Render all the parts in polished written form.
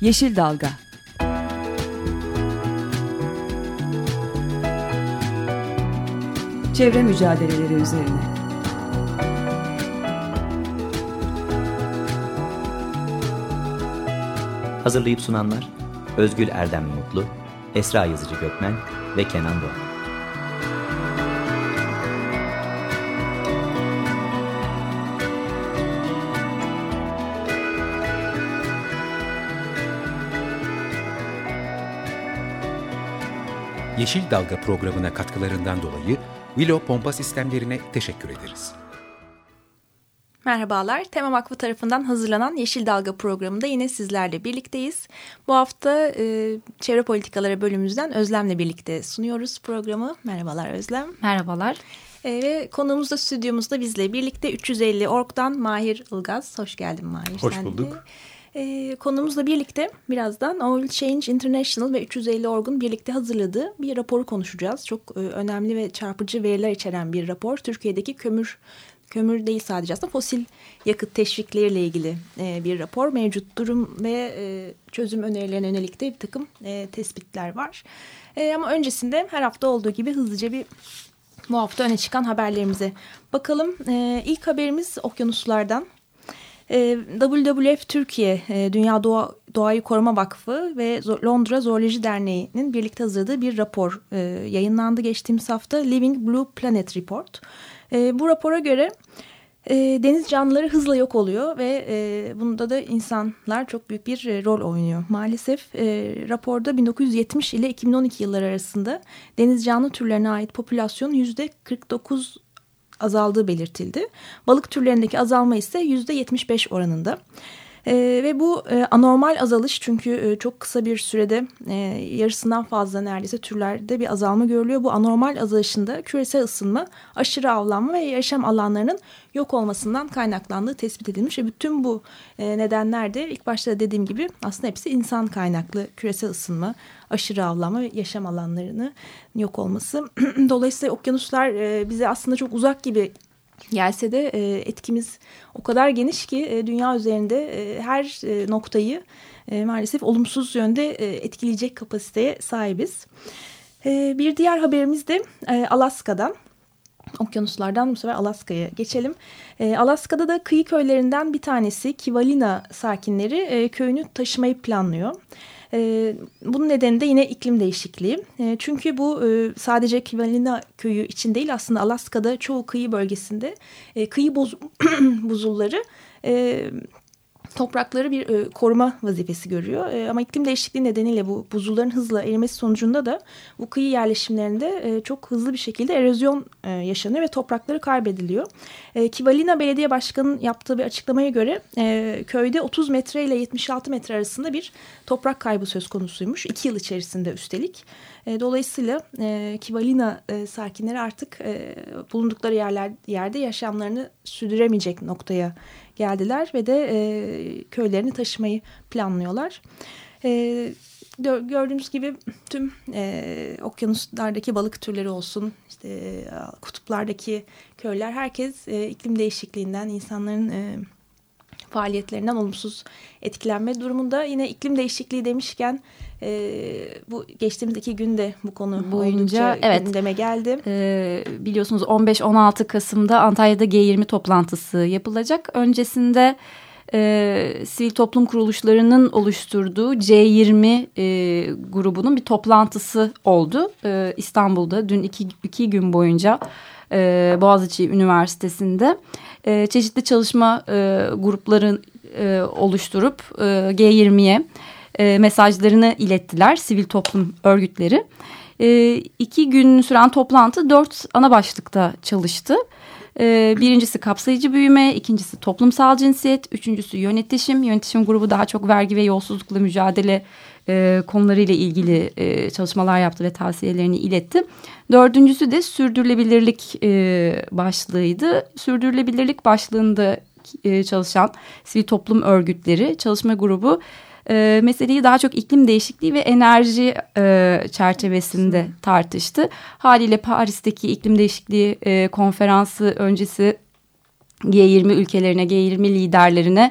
Yeşil Dalga. Çevre mücadeleleri üzerine. Hazırlayıp sunanlar Özgül Erdem Mutlu, Esra Yazıcı Gökmen ve Kenan Doğan. Yeşil Dalga programına katkılarından dolayı Willow Pompa Sistemlerine teşekkür ederiz. Merhabalar, Tema Vakfı tarafından hazırlanan Yeşil Dalga programında yine sizlerle birlikteyiz. Bu hafta Çevre Politikaları bölümümüzden Özlem'le birlikte sunuyoruz programı. Merhabalar Özlem. Merhabalar. Ve konuğumuz da stüdyomuzda bizle birlikte 350.org'dan Mahir Ilgaz. Hoş geldin Mahir. Hoş bulduk. Konumuzla birlikte birazdan Oil Change International ve 350.org'un birlikte hazırladığı bir raporu konuşacağız. Çok önemli ve çarpıcı veriler içeren bir rapor. Türkiye'deki kömür değil sadece aslında fosil yakıt teşvikleriyle ilgili bir rapor. Mevcut durum ve çözüm önerilerine yönelik de bir takım tespitler var. Ama öncesinde her hafta olduğu gibi hızlıca bu hafta öne çıkan haberlerimize bakalım. İlk haberimiz okyanuslardan. WWF Türkiye, Dünya Doğayı Koruma Vakfı ve Londra Zooloji Derneği'nin birlikte hazırladığı bir rapor yayınlandı geçtiğimiz hafta. Living Blue Planet Report. Bu rapora göre deniz canlıları hızla yok oluyor ve bunda da insanlar çok büyük bir rol oynuyor. Maalesef raporda 1970 ile 2012 yılları arasında deniz canlı türlerine ait popülasyonun %49 azaldığı belirtildi. Balık türlerindeki azalma ise %75 oranında. Ve bu anormal azalış çünkü çok kısa bir sürede yarısından fazla neredeyse türlerde bir azalma görülüyor. Bu anormal azalışında küresel ısınma, aşırı avlanma ve yaşam alanlarının yok olmasından kaynaklandığı tespit edilmiş. Ve bütün bu nedenler de ilk başta dediğim gibi aslında hepsi insan kaynaklı küresel ısınma, aşırı avlanma ve yaşam alanlarının yok olması. Dolayısıyla okyanuslar bize aslında çok uzak gibi gelse de etkimiz o kadar geniş ki dünya üzerinde her noktayı maalesef olumsuz yönde etkileyecek kapasiteye sahibiz. Bir diğer haberimiz de Alaska'dan. Okyanuslardan bu sefer Alaska'ya geçelim. Alaska'da da kıyı köylerinden bir tanesi Kivalina sakinleri köyünü taşımayı planlıyor. Bunun nedeni de yine iklim değişikliği. Çünkü bu sadece Kivalina köyü için değil aslında Alaska'da çoğu kıyı bölgesinde kıyı buzulları toprakları bir koruma vazifesi görüyor. Ama iklim değişikliği nedeniyle bu buzulların hızla erimesi sonucunda da bu kıyı yerleşimlerinde çok hızlı bir şekilde erozyon yaşanıyor ve toprakları kaybediliyor. Kivalina Belediye Başkanı'nın yaptığı bir açıklamaya göre köyde 30 metre ile 76 metre arasında bir toprak kaybı söz konusuymuş. 2 yıl içerisinde üstelik. Dolayısıyla Kivalina sakinleri artık bulundukları yerde yaşamlarını sürdüremeyecek noktaya geldiler ve de köylerini taşımayı planlıyorlar. Gördüğümüz gibi tüm okyanuslardaki balık türleri olsun, işte kutuplardaki köyler, herkes iklim değişikliğinden, insanların faaliyetlerinden olumsuz etkilenme durumunda. Yine iklim değişikliği demişken bu geçtiğimiz 2 günde bu konu boyunca gündeme geldi. Biliyorsunuz 15-16 Kasım'da Antalya'da G20 toplantısı yapılacak. Öncesinde sivil toplum kuruluşlarının oluşturduğu C20 grubunun bir toplantısı oldu. İstanbul'da dün 2 gün boyunca Boğaziçi Üniversitesi'nde çeşitli çalışma grupları oluşturup G20'ye mesajlarını ilettiler sivil toplum örgütleri. 2 gün süren toplantı 4 ana başlıkta çalıştı. Birincisi kapsayıcı büyüme, ikincisi toplumsal cinsiyet, üçüncüsü yönetişim. Yönetişim grubu daha çok vergi ve yolsuzlukla mücadele konularıyla ilgili çalışmalar yaptı ve tavsiyelerini iletti. Dördüncüsü de sürdürülebilirlik başlığıydı. Sürdürülebilirlik başlığında çalışan sivil toplum örgütleri çalışma grubu meseleyi daha çok iklim değişikliği ve enerji çerçevesinde tartıştı. Haliyle Paris'teki iklim değişikliği konferansı öncesi G20 ülkelerine, G20 liderlerine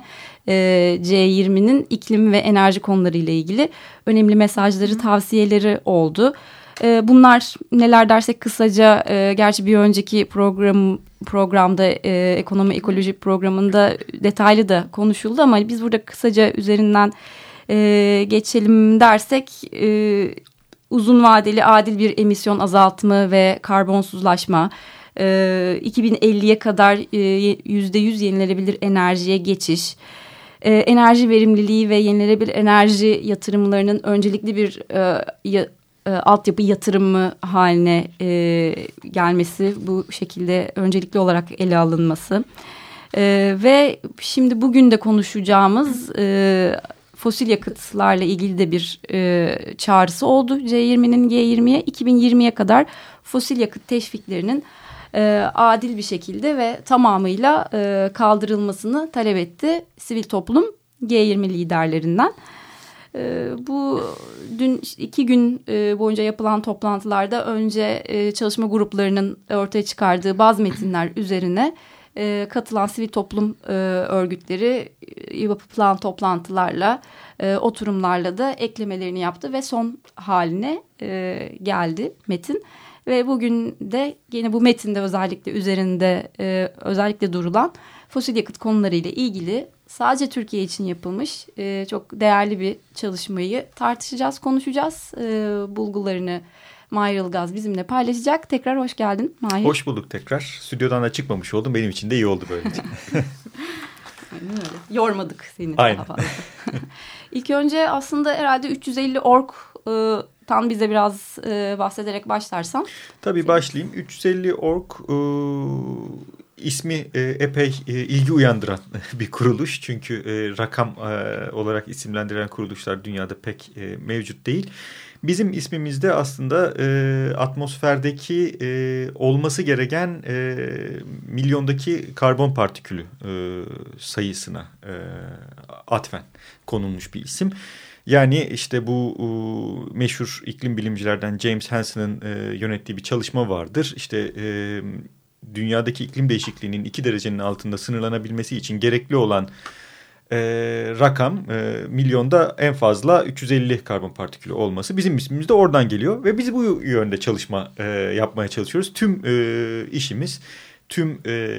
C20'nin iklim ve enerji konuları ile ilgili önemli mesajları, tavsiyeleri oldu. Bunlar neler dersek kısaca, gerçi bir önceki programda ekonomi ekoloji programında detaylı da konuşuldu ama biz burada kısaca üzerinden geçelim dersek, uzun vadeli adil bir emisyon azaltımı ve karbonsuzlaşma, 2050'ye kadar %100 yenilenebilir enerjiye geçiş, enerji verimliliği ve yenilenebilir enerji yatırımlarının öncelikli bir altyapı yatırımı haline gelmesi, bu şekilde öncelikli olarak ele alınması ve şimdi bugün de konuşacağımız fosil yakıtlarla ilgili de bir çağrısı oldu C20'nin G20'ye. 2020'ye kadar fosil yakıt teşviklerinin adil bir şekilde ve tamamıyla kaldırılmasını talep etti sivil toplum G20 liderlerinden. Bu dün 2 gün boyunca yapılan toplantılarda önce çalışma gruplarının ortaya çıkardığı bazı metinler üzerine katılan sivil toplum örgütleri yapılan toplantılarla, oturumlarla da eklemelerini yaptı ve son haline geldi metin. Ve bugün de yine bu metinde özellikle üzerinde özellikle durulan fosil yakıt konularıyla ilgili sadece Türkiye için yapılmış çok değerli bir çalışmayı tartışacağız, konuşacağız. Bulgularını Mahir Ilgaz bizimle paylaşacak. Tekrar hoş geldin Mahir. Hoş bulduk tekrar. Stüdyodan da çıkmamış oldum. Benim için de iyi oldu böylece. Aynen öyle. Yormadık seni Aynen. daha fazla. İlk önce aslında herhalde 350 org'tan bize biraz bahsederek başlarsan. Tabii başlayayım. 350 org ismi epey ilgi uyandıran bir kuruluş. Çünkü rakam olarak isimlendirilen kuruluşlar dünyada pek mevcut değil. Bizim ismimizde aslında atmosferdeki olması gereken milyondaki karbon partikülü sayısına atfen konulmuş bir isim. Yani işte bu meşhur iklim bilimcilerden James Hansen'ın yönettiği bir çalışma vardır. İşte dünyadaki iklim değişikliğinin 2 derecenin altında sınırlanabilmesi için gerekli olan rakam milyonda en fazla 350 karbon partikülü olması. Bizim ismimiz de oradan geliyor ve biz bu yönde çalışma yapmaya çalışıyoruz. Tüm işimiz, tüm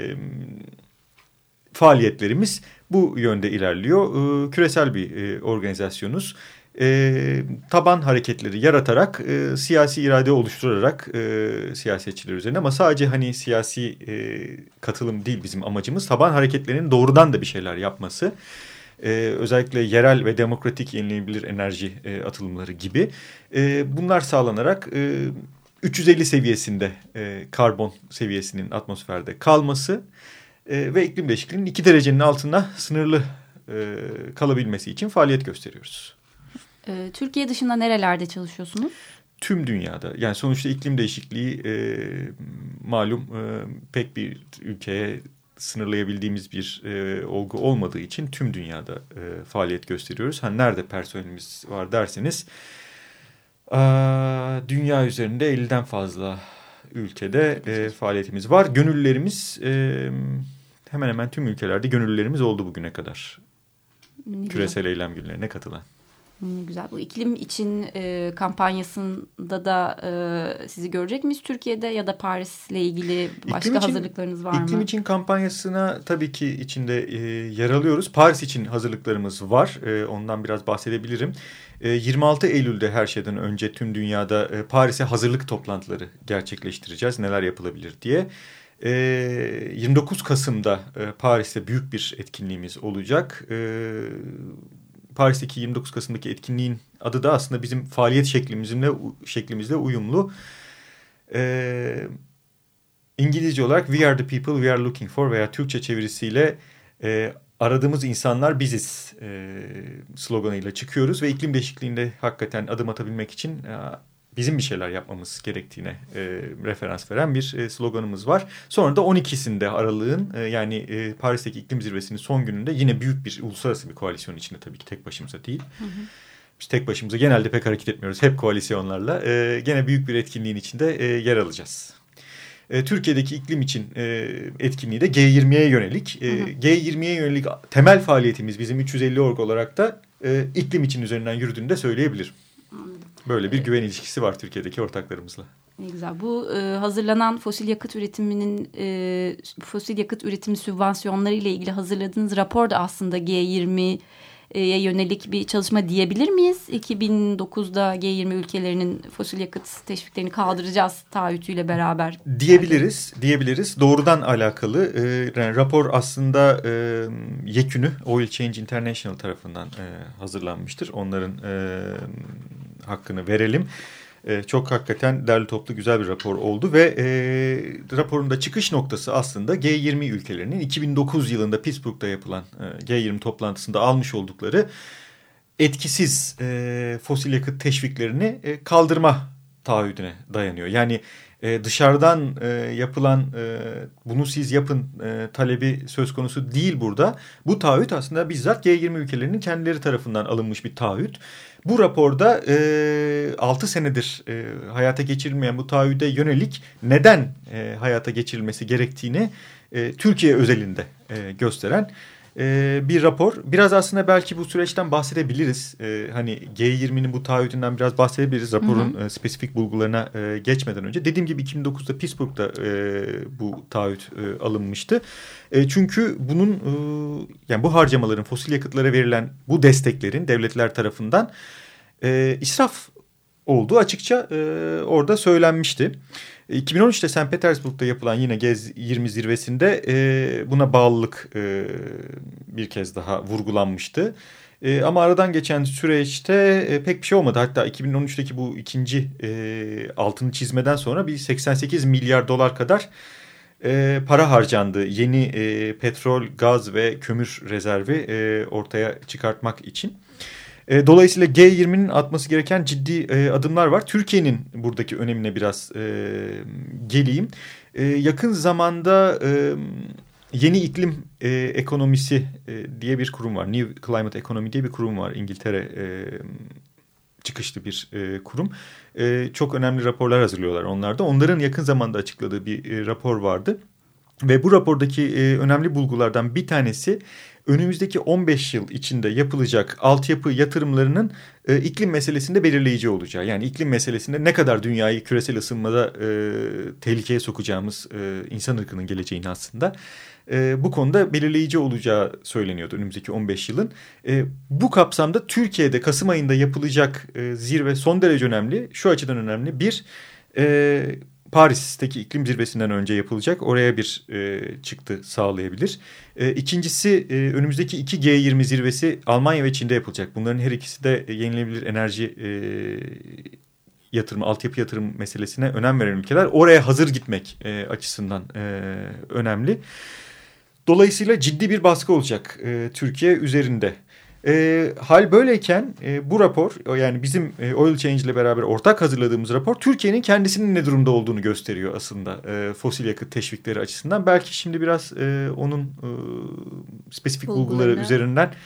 faaliyetlerimiz bu yönde ilerliyor. Küresel bir organizasyonuz. Taban hareketleri yaratarak, siyasi irade oluşturarak siyasetçiler üzerine, ama sadece hani siyasi katılım değil bizim amacımız. Taban hareketlerinin doğrudan da bir şeyler yapması. Özellikle yerel ve demokratik yenilenebilir enerji atılımları gibi. Bunlar sağlanarak 350 seviyesinde karbon seviyesinin atmosferde kalması ve iklim değişikliğinin 2 derecenin altında sınırlı kalabilmesi için faaliyet gösteriyoruz. Türkiye dışında nerelerde çalışıyorsunuz? Tüm dünyada. Yani sonuçta iklim değişikliği malum pek bir ülkeye sınırlayabildiğimiz bir olgu olmadığı için tüm dünyada faaliyet gösteriyoruz. Nerede personelimiz var derseniz dünya üzerinde 50'den fazla ülkede faaliyetimiz var. Gönüllülerimiz hemen hemen tüm ülkelerde gönüllülerimiz oldu bugüne kadar. Küresel eylem günlerine katılan. Güzel. Bu iklim için kampanyasında da sizi görecek miyiz Türkiye'de ya da Paris'le ilgili başka hazırlıklarınız var mı? İklim için kampanyasına tabii ki içinde yer alıyoruz. Paris için hazırlıklarımız var. Ondan biraz bahsedebilirim. 26 Eylül'de her şeyden önce tüm dünyada Paris'e hazırlık toplantıları gerçekleştireceğiz. Neler yapılabilir diye. 29 Kasım'da Paris'te büyük bir etkinliğimiz olacak. Paris'teki 29 Kasım'daki etkinliğin adı da aslında bizim faaliyet şeklimizle uyumlu. İngilizce olarak We are the people we are looking for veya Türkçe çevirisiyle aradığımız insanlar biziz sloganıyla çıkıyoruz ve iklim değişikliğinde hakikaten adım atabilmek için bizim bir şeyler yapmamız gerektiğine referans veren bir sloganımız var. Sonra da 12'sinde Aralık'ın yani Paris'teki iklim zirvesinin son gününde yine büyük bir uluslararası bir koalisyon içinde, tabii ki tek başımıza değil. Hı hı. Biz tek başımıza genelde pek hareket etmiyoruz. Hep koalisyonlarla. Gene büyük bir etkinliğin içinde yer alacağız. Türkiye'deki iklim için etkinliği de G20'ye yönelik. G20'ye yönelik temel faaliyetimiz bizim 350 olarak da iklim için üzerinden yürüdüğünü de söyleyebilirim. Böyle bir güven ilişkisi var Türkiye'deki ortaklarımızla. Ne güzel. Bu hazırlanan fosil yakıt üretimi sübvansiyonları ile ilgili hazırladığınız rapor da aslında G20'ye yönelik bir çalışma diyebilir miyiz? 2009'da G20 ülkelerinin fosil yakıt teşviklerini kaldıracağız taahhütüyle beraber. Diyebiliriz. Doğrudan alakalı. Yani rapor aslında yekünü Oil Change International tarafından hazırlanmıştır. Onların hakkını verelim. Çok hakikaten derli toplu güzel bir rapor oldu ve raporun da çıkış noktası aslında G20 ülkelerinin 2009 yılında Pittsburgh'da yapılan G20 toplantısında almış oldukları etkisiz fosil yakıt teşviklerini kaldırma taahhüdüne dayanıyor. Yani dışarıdan yapılan bunu siz yapın talebi söz konusu değil burada. Bu taahhüt aslında bizzat G20 ülkelerinin kendileri tarafından alınmış bir taahhüt. Bu raporda 6 senedir hayata geçirilmeyen bu taahhüde yönelik neden hayata geçirilmesi gerektiğini Türkiye özelinde gösteren bir rapor. Biraz aslında belki bu süreçten bahsedebiliriz. Hani G20'nin bu taahhütünden biraz bahsedebiliriz. Raporun spesifik bulgularına geçmeden önce. Dediğim gibi 2009'da Pittsburgh'da bu taahhüt alınmıştı. Çünkü bunun yani bu harcamaların, fosil yakıtlara verilen bu desteklerin devletler tarafından israf olduğu açıkça orada söylenmişti. 2013'te St. Petersburg'da yapılan yine G20 zirvesinde buna bağlılık bir kez daha vurgulanmıştı. Ama aradan geçen süreçte pek bir şey olmadı. Hatta 2013'teki bu ikinci altını çizmeden sonra bir 88 milyar dolar kadar para harcandı. Yeni petrol, gaz ve kömür rezervi ortaya çıkartmak için. Dolayısıyla G20'nin atması gereken ciddi adımlar var. Türkiye'nin buradaki önemine biraz geleyim. Yakın zamanda yeni iklim ekonomisi diye bir kurum var. New Climate Economy diye bir kurum var. İngiltere çıkışlı bir kurum. Çok önemli raporlar hazırlıyorlar onlar da. Onların yakın zamanda açıkladığı bir rapor vardı. Ve bu rapordaki önemli bulgulardan bir tanesi önümüzdeki 15 yıl içinde yapılacak altyapı yatırımlarının iklim meselesinde belirleyici olacağı. Yani iklim meselesinde ne kadar dünyayı küresel ısınmada tehlikeye sokacağımız insan ırkının geleceğini aslında bu konuda belirleyici olacağı söyleniyordu önümüzdeki 15 yılın. Bu kapsamda Türkiye'de Kasım ayında yapılacak zirve son derece önemli. Şu açıdan önemli. Bir, Paris'teki iklim zirvesinden önce yapılacak. Oraya bir çıktı sağlayabilir. İkincisi önümüzdeki 2 G20 zirvesi Almanya ve Çin'de yapılacak. Bunların her ikisi de yenilenebilir enerji yatırımı, altyapı yatırım meselesine önem veren ülkeler. Oraya hazır gitmek açısından önemli. Dolayısıyla ciddi bir baskı olacak Türkiye üzerinde. Hal böyleyken bu rapor, yani bizim Oil Change ile beraber ortak hazırladığımız rapor Türkiye'nin kendisinin ne durumda olduğunu gösteriyor aslında fosil yakıt teşvikleri açısından. Belki şimdi biraz onun spesifik bulguları üzerinden.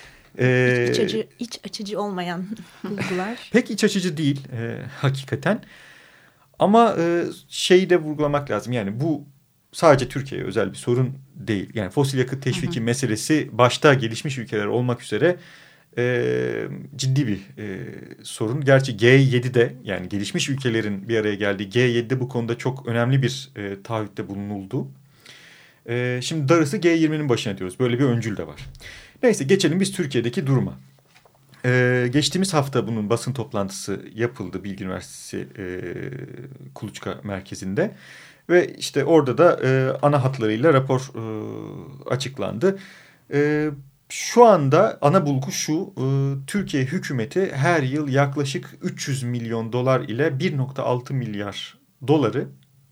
İç açıcı olmayan bulgular. Pek iç açıcı değil hakikaten. Ama şeyi de vurgulamak lazım. Yani bu sadece Türkiye'ye özel bir sorun değil. Yani fosil yakıt teşviki meselesi başta gelişmiş ülkeler olmak üzere ciddi bir sorun. Gerçi G7'de, yani gelişmiş ülkelerin bir araya geldiği G7'de bu konuda çok önemli bir taahhütte bulunuldu. Şimdi darısı G20'nin başına diyoruz. Böyle bir öncül de var. Neyse, geçelim biz Türkiye'deki duruma. Geçtiğimiz hafta bunun basın toplantısı yapıldı Bilgi Üniversitesi Kuluçka Merkezi'nde. Ve işte orada da ana hatlarıyla rapor açıklandı. Şu anda ana bulgu şu: Türkiye hükümeti her yıl yaklaşık 300 milyon dolar ile 1,6 milyar doları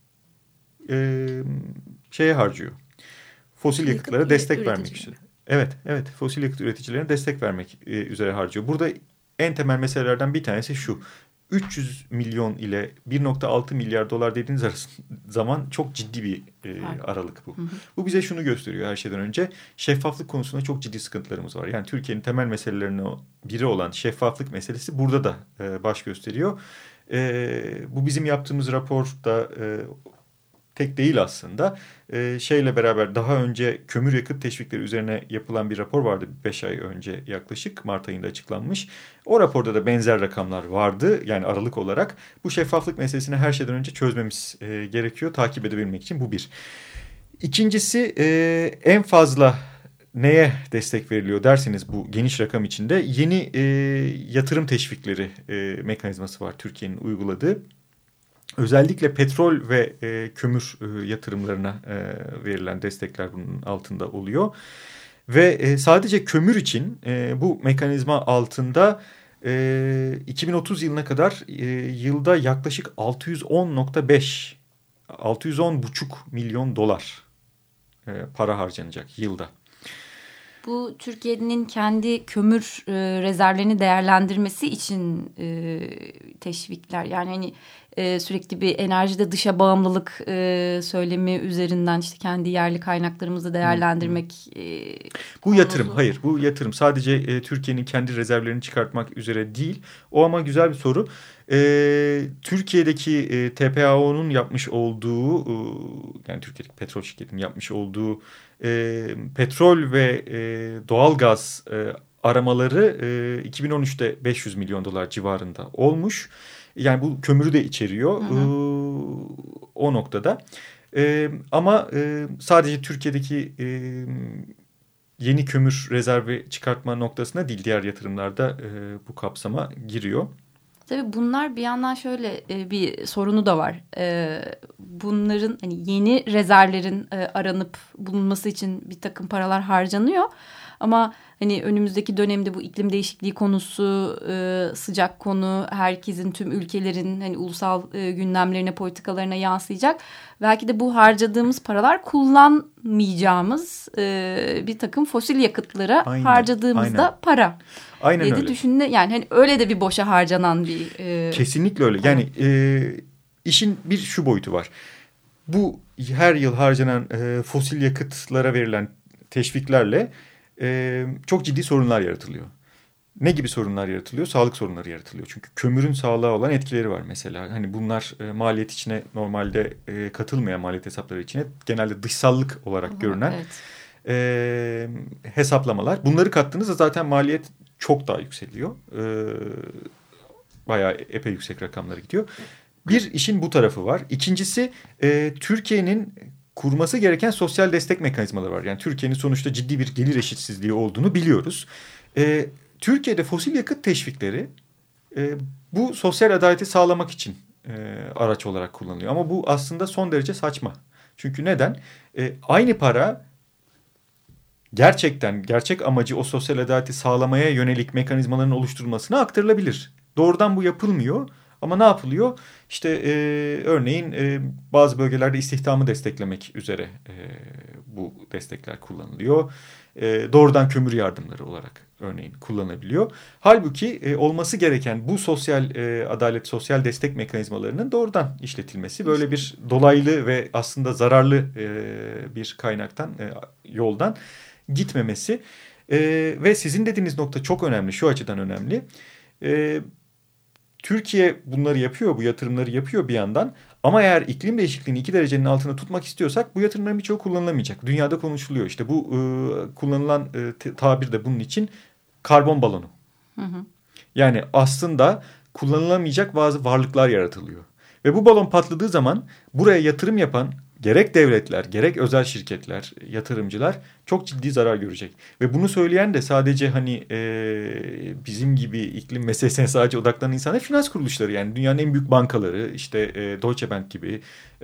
şeye harcıyor. Fosil yakıtlara destek vermek için. Evet, fosil yakıt üreticilerine destek vermek üzere harcıyor. Burada en temel meselelerden bir tanesi şu: 300 milyon ile 1,6 milyar dolar dediğiniz zaman çok ciddi bir aralık bu. Bu bize şunu gösteriyor her şeyden önce: şeffaflık konusunda çok ciddi sıkıntılarımız var. Yani Türkiye'nin temel meselelerinden biri olan şeffaflık meselesi burada da baş gösteriyor. Bu bizim yaptığımız raporda tek değil aslında. Şeyle beraber daha önce kömür yakıt teşvikleri üzerine yapılan bir rapor vardı 5 ay önce yaklaşık Mart ayında açıklanmış. O raporda da benzer rakamlar vardı yani aralık olarak. Bu şeffaflık meselesini her şeyden önce çözmemiz gerekiyor takip edebilmek için bu bir. İkincisi en fazla neye destek veriliyor derseniz bu geniş rakam içinde yeni yatırım teşvikleri mekanizması var Türkiye'nin uyguladığı. Özellikle petrol ve kömür yatırımlarına verilen destekler bunun altında oluyor. Ve sadece kömür için bu mekanizma altında 2030 yılına kadar yılda yaklaşık 610,5 milyon dolar para harcanacak yılda. Bu Türkiye'nin kendi kömür rezervlerini değerlendirmesi için teşvikler. Yani hani sürekli bir enerjide dışa bağımlılık söylemi üzerinden işte kendi yerli kaynaklarımızı değerlendirmek. Bu yatırım, hayır bu yatırım sadece Türkiye'nin kendi rezervlerini çıkartmak üzere değil. O ama güzel bir soru. Türkiye'deki TPAO'nun yapmış olduğu yani Türkiye'deki petrol şirketinin yapmış olduğu petrol ve doğalgaz aramaları 2013'te 500 milyon dolar civarında olmuş. Yani bu kömürü de içeriyor o noktada. Ama sadece Türkiye'deki yeni kömür rezervi çıkartma noktasına değil diğer yatırımlarda bu kapsama giriyor. Tabii bunlar bir yandan şöyle bir sorunu da var. Bunların hani yeni rezervlerin aranıp bulunması için bir takım paralar harcanıyor. Ama hani önümüzdeki dönemde bu iklim değişikliği konusu sıcak konu, herkesin tüm ülkelerin hani ulusal gündemlerine, politikalarına yansıyacak. Belki de bu harcadığımız paralar kullanmayacağımız bir takım fosil yakıtlara harcadığımızda para. Aynen öyle. Düşünün yani hani öyle de bir boşa harcanan bir... Kesinlikle öyle. Yani işin bir şu boyutu var. Bu her yıl harcanan fosil yakıtlara verilen teşviklerle çok ciddi sorunlar yaratılıyor. Ne gibi sorunlar yaratılıyor? Sağlık sorunları yaratılıyor. Çünkü kömürün sağlığa olan etkileri var mesela. Hani bunlar maliyet içine normalde katılmayan maliyet hesapları içine genelde dışsallık olarak görünen hesaplamalar. Bunları kattığınızda zaten maliyet çok daha yükseliyor. Bayağı epey yüksek rakamlara gidiyor. Bir işin bu tarafı var. İkincisi Türkiye'nin kurması gereken sosyal destek mekanizmaları var. Yani Türkiye'nin sonuçta ciddi bir gelir eşitsizliği olduğunu biliyoruz. Türkiye'de fosil yakıt teşvikleri bu sosyal adaleti sağlamak için araç olarak kullanılıyor. Ama bu aslında son derece saçma. Çünkü neden? Aynı para gerçek amacı o sosyal adaleti sağlamaya yönelik mekanizmaların oluşturulmasına aktarılabilir. Doğrudan bu yapılmıyor. Ama ne yapılıyor? İşte örneğin bazı bölgelerde istihdamı desteklemek üzere bu destekler kullanılıyor. Doğrudan kömür yardımları olarak örneğin kullanılabiliyor. Halbuki olması gereken bu sosyal adalet, sosyal destek mekanizmalarının doğrudan işletilmesi, böyle bir dolaylı ve aslında zararlı bir kaynaktan, yoldan gitmemesi. Ve sizin dediğiniz nokta çok önemli, şu açıdan önemli. Türkiye bunları yapıyor, bu yatırımları yapıyor bir yandan. Ama eğer iklim değişikliğini 2 derecenin altında tutmak istiyorsak bu yatırımların birçoğu kullanılamayacak. Dünyada konuşuluyor. İşte bu kullanılan tabir de bunun için karbon balonu. Yani aslında kullanılamayacak bazı varlıklar yaratılıyor. Ve bu balon patladığı zaman buraya yatırım yapan gerek devletler, gerek özel şirketler, yatırımcılar çok ciddi zarar görecek. Ve bunu söyleyen de sadece hani bizim gibi iklim meselesine sadece odaklanan insanlar, finans kuruluşları. Yani dünyanın en büyük bankaları, işte Deutsche Bank gibi,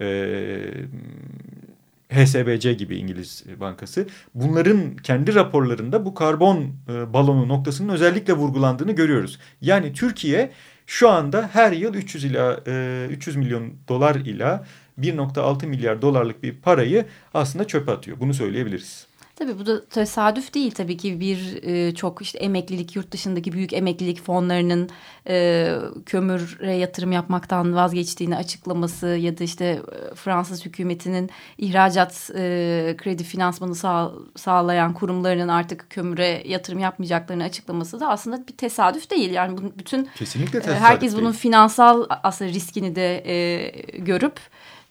HSBC gibi İngiliz bankası. Bunların kendi raporlarında bu karbon balonu noktasının özellikle vurgulandığını görüyoruz. Yani Türkiye şu anda her yıl 300 milyon dolar ila 1,6 milyar dolarlık bir parayı aslında çöpe atıyor. Bunu söyleyebiliriz. Tabii bu da tesadüf değil tabii ki, bir çok işte emeklilik, yurt dışındaki büyük emeklilik fonlarının kömüre yatırım yapmaktan vazgeçtiğini açıklaması ya da işte Fransız hükümetinin ihracat kredi finansmanı sağlayan kurumlarının artık kömüre yatırım yapmayacaklarını açıklaması da aslında bir tesadüf değil. Yani bütün kesinlikle tesadüf herkes değil. bunun finansal aslında riskini de görüp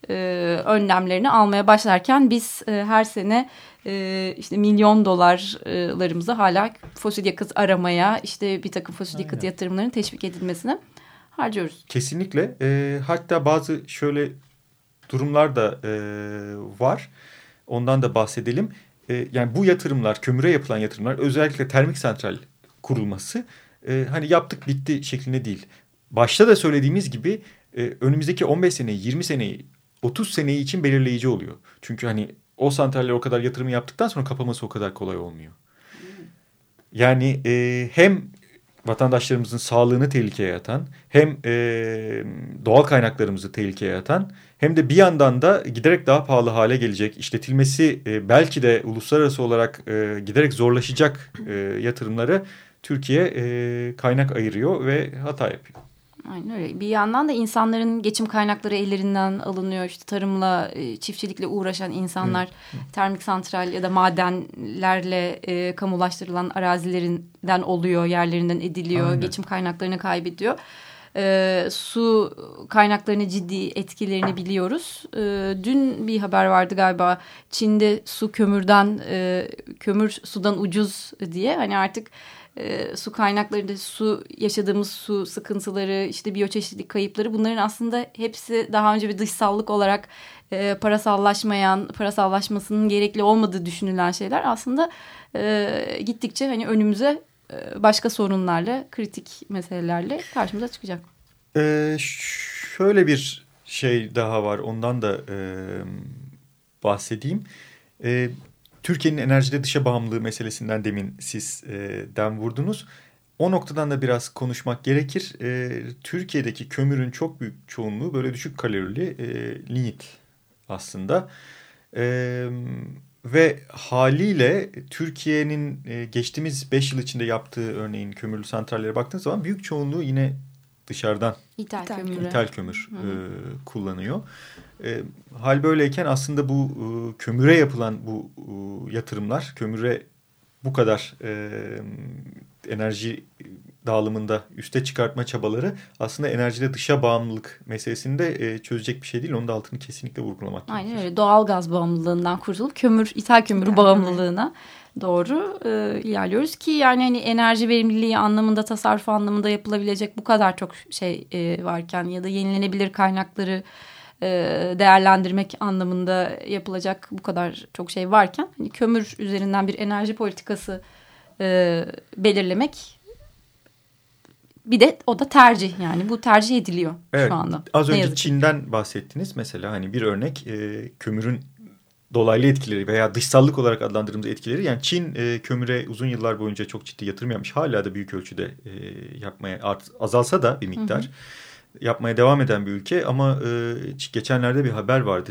önlemlerini almaya başlarken biz her sene işte milyon dolarlarımızı hala fosil yakıt aramaya, işte bir takım fosil yakıt yatırımlarının teşvik edilmesine harcıyoruz. Kesinlikle. Hatta bazı şöyle durumlar da var. Ondan da bahsedelim. Yani bu yatırımlar, kömüre yapılan yatırımlar, özellikle termik santral kurulması hani yaptık bitti şeklinde değil. Başta da söylediğimiz gibi önümüzdeki 15 seneyi, 20 seneyi, 30 seneyi için belirleyici oluyor. Çünkü hani o santraller o kadar yatırımı yaptıktan sonra kapaması o kadar kolay olmuyor. Yani hem vatandaşlarımızın sağlığını tehlikeye atan, hem doğal kaynaklarımızı tehlikeye atan, hem de bir yandan da giderek daha pahalı hale gelecek, işletilmesi belki de uluslararası olarak giderek zorlaşacak yatırımları Türkiye kaynak ayırıyor ve hata yapıyor. Aynen öyle. Bir yandan da insanların geçim kaynakları ellerinden alınıyor. İşte tarımla, çiftçilikle uğraşan insanlar termik santral ya da madenlerle kamulaştırılan arazilerinden oluyor, yerlerinden ediliyor, aynen, geçim kaynaklarını kaybediyor. Su kaynaklarını ciddi etkilerini biliyoruz. Dün bir haber vardı galiba, Çin'de su kömür sudan ucuz diye. Hani artık su kaynaklarında yaşadığımız su sıkıntıları, işte biyoçeşitlilik kayıpları, bunların aslında hepsi daha önce bir dışsallık olarak parasallaşmasının gerekli olmadığı düşünülen şeyler aslında gittikçe hani önümüze başka sorunlarla, kritik meselelerle karşımıza çıkacak. Şöyle bir şey daha var, ondan da bahsedeyim. Türkiye'nin enerjide dışa bağımlılığı meselesinden demin siz dem vurdunuz. O noktadan da biraz konuşmak gerekir. Türkiye'deki kömürün çok büyük çoğunluğu böyle düşük kalorili lignit aslında. Ve haliyle Türkiye'nin geçtiğimiz 5 yıl içinde yaptığı örneğin kömürlü santrallere baktığınız zaman büyük çoğunluğu yine dışarıdan ithal kömür kullanıyor. Hal böyleyken aslında bu kömüre yapılan bu yatırımlar, kömüre bu kadar enerji dağılımında üste çıkartma çabaları aslında enerjide dışa bağımlılık meselesini de çözecek bir şey değil. Onun da altını kesinlikle vurgulamak gerekiyor. Aynen öyle. Doğal gaz bağımlılığından kurtulup ithal kömür bağımlılığına doğru ilerliyoruz ki yani hani enerji verimliliği anlamında, tasarruf anlamında yapılabilecek bu kadar çok şey varken ya da yenilenebilir kaynakları değerlendirmek anlamında yapılacak bu kadar çok şey varken hani kömür üzerinden bir enerji politikası belirlemek, bir de o da tercih, yani bu tercih ediliyor şu anda. Az önce Çin'den bahsettiniz mesela, hani bir örnek kömürün dolaylı etkileri veya dışsallık olarak adlandırdığımız etkileri. Yani Çin kömüre uzun yıllar boyunca çok ciddi yatırım yapmış. Hala da büyük ölçüde yapmaya azalsa da bir miktar yapmaya devam eden bir ülke. Ama geçenlerde bir haber vardı.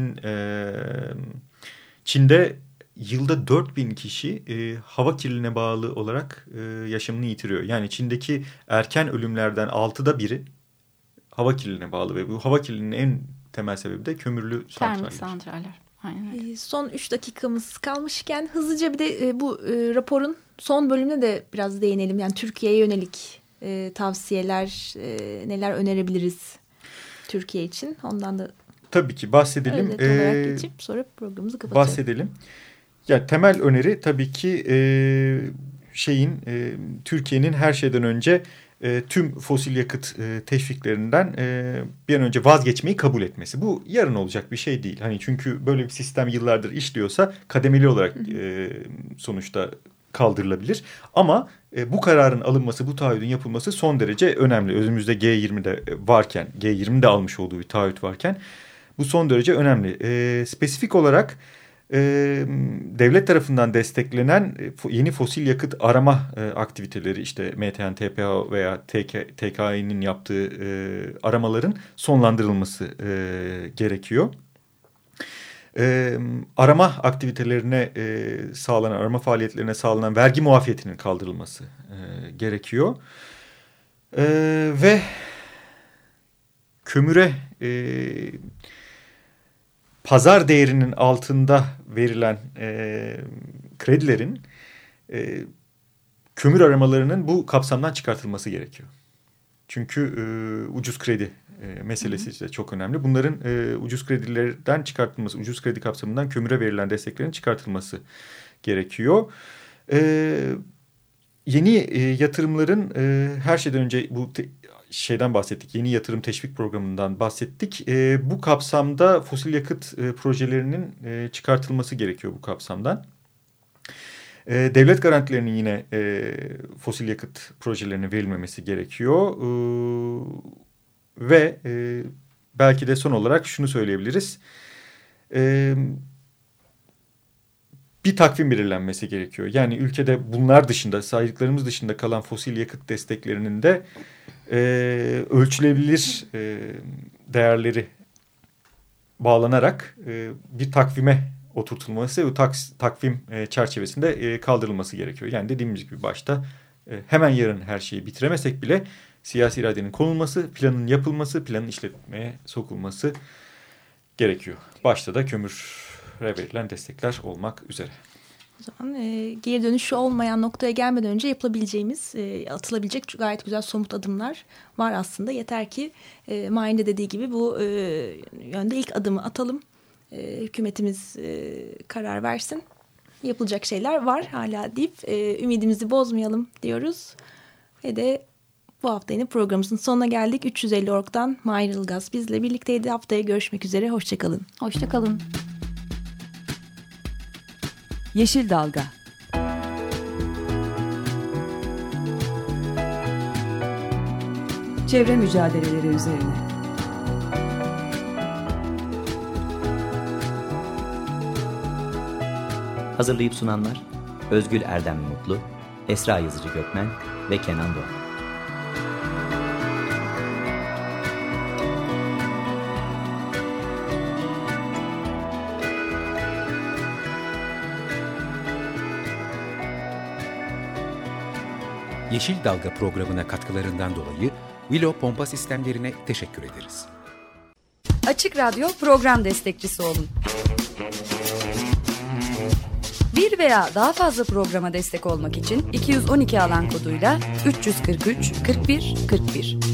Çin'de yılda 4000 kişi hava kirliliğine bağlı olarak yaşamını yitiriyor. Yani Çin'deki erken ölümlerden 6'da biri hava kirliliğine bağlı ve bu hava kirliliğinin en temel sebebi de kömürlü santraller. Aynen. Son 3 dakikamız kalmışken hızlıca bir de bu raporun son bölümüne de biraz değinelim. Yani Türkiye'ye yönelik tavsiyeler, neler önerebiliriz Türkiye için? Ondan da tabii ki bahsedelim. Özet olarak geçip sonra programımızı kapatalım. Bahsedelim. Yani temel öneri tabii ki Türkiye'nin her şeyden önce tüm fosil yakıt teşviklerinden bir an önce vazgeçmeyi kabul etmesi. Bu yarın olacak bir şey değil. Hani çünkü böyle bir sistem yıllardır işliyorsa kademeli olarak sonuçta kaldırılabilir. Ama bu kararın alınması, bu taahhüdün yapılması son derece önemli. Önümüzde G20'de varken, G20'de almış olduğu bir taahhüt varken bu son derece önemli. Spesifik olarak devlet tarafından desteklenen yeni fosil yakıt arama aktiviteleri, işte METEN, TPA veya TKİ'nin yaptığı aramaların sonlandırılması gerekiyor. Arama aktivitelerine arama faaliyetlerine sağlanan vergi muafiyetinin kaldırılması gerekiyor. Ve kömüre pazar değerinin altında verilen kredilerin kömür aramalarının bu kapsamdan çıkartılması gerekiyor. Çünkü ucuz kredi meselesi de çok önemli. Bunların ucuz kredilerden çıkartılması, ucuz kredi kapsamından kömüre verilen desteklerin çıkartılması gerekiyor. Yeni yatırımların her şeyden önce bu şeyden bahsettik. Yeni yatırım teşvik programından bahsettik. Bu kapsamda fosil yakıt projelerinin çıkartılması gerekiyor bu kapsamdan. Devlet garantilerinin yine fosil yakıt projelerine verilmemesi gerekiyor. Ve belki de son olarak şunu söyleyebiliriz. Bir takvim belirlenmesi gerekiyor. Yani ülkede bunlar dışında, saydıklarımız dışında kalan fosil yakıt desteklerinin de ölçülebilir değerleri bağlanarak bir takvime oturtulması ve takvim çerçevesinde kaldırılması gerekiyor. Yani dediğimiz gibi başta hemen yarın her şeyi bitiremesek bile siyasi iradenin konulması, planın yapılması, planın işletmeye sokulması gerekiyor. Başta da kömüre verilen destekler olmak üzere. O zaman geri dönüşü olmayan noktaya gelmeden önce yapılabileceğimiz, atılabilecek gayet güzel somut adımlar var aslında. Yeter ki Mahir'in de dediği gibi bu yönde ilk adımı atalım. Hükümetimiz karar versin. Yapılacak şeyler var hala deyip ümidimizi bozmayalım diyoruz. Ve de bu hafta yine programımızın sonuna geldik. 350.org'dan Mahir Ilgaz bizle birlikteydi. Haftaya görüşmek üzere. Hoşçakalın. Hoşçakalın. Yeşil Dalga. Çevre mücadeleleri üzerine. Hazırlayıp sunanlar Özgül Erdem Mutlu, Esra Yazıcı Gökmen ve Kenan Doğan. Yeşil Dalga programına katkılarından dolayı Willow Pompa Sistemlerine teşekkür ederiz. Açık Radyo program destekçisi olun. Bir veya daha fazla programa destek olmak için 212 alan koduyla 343 41 41.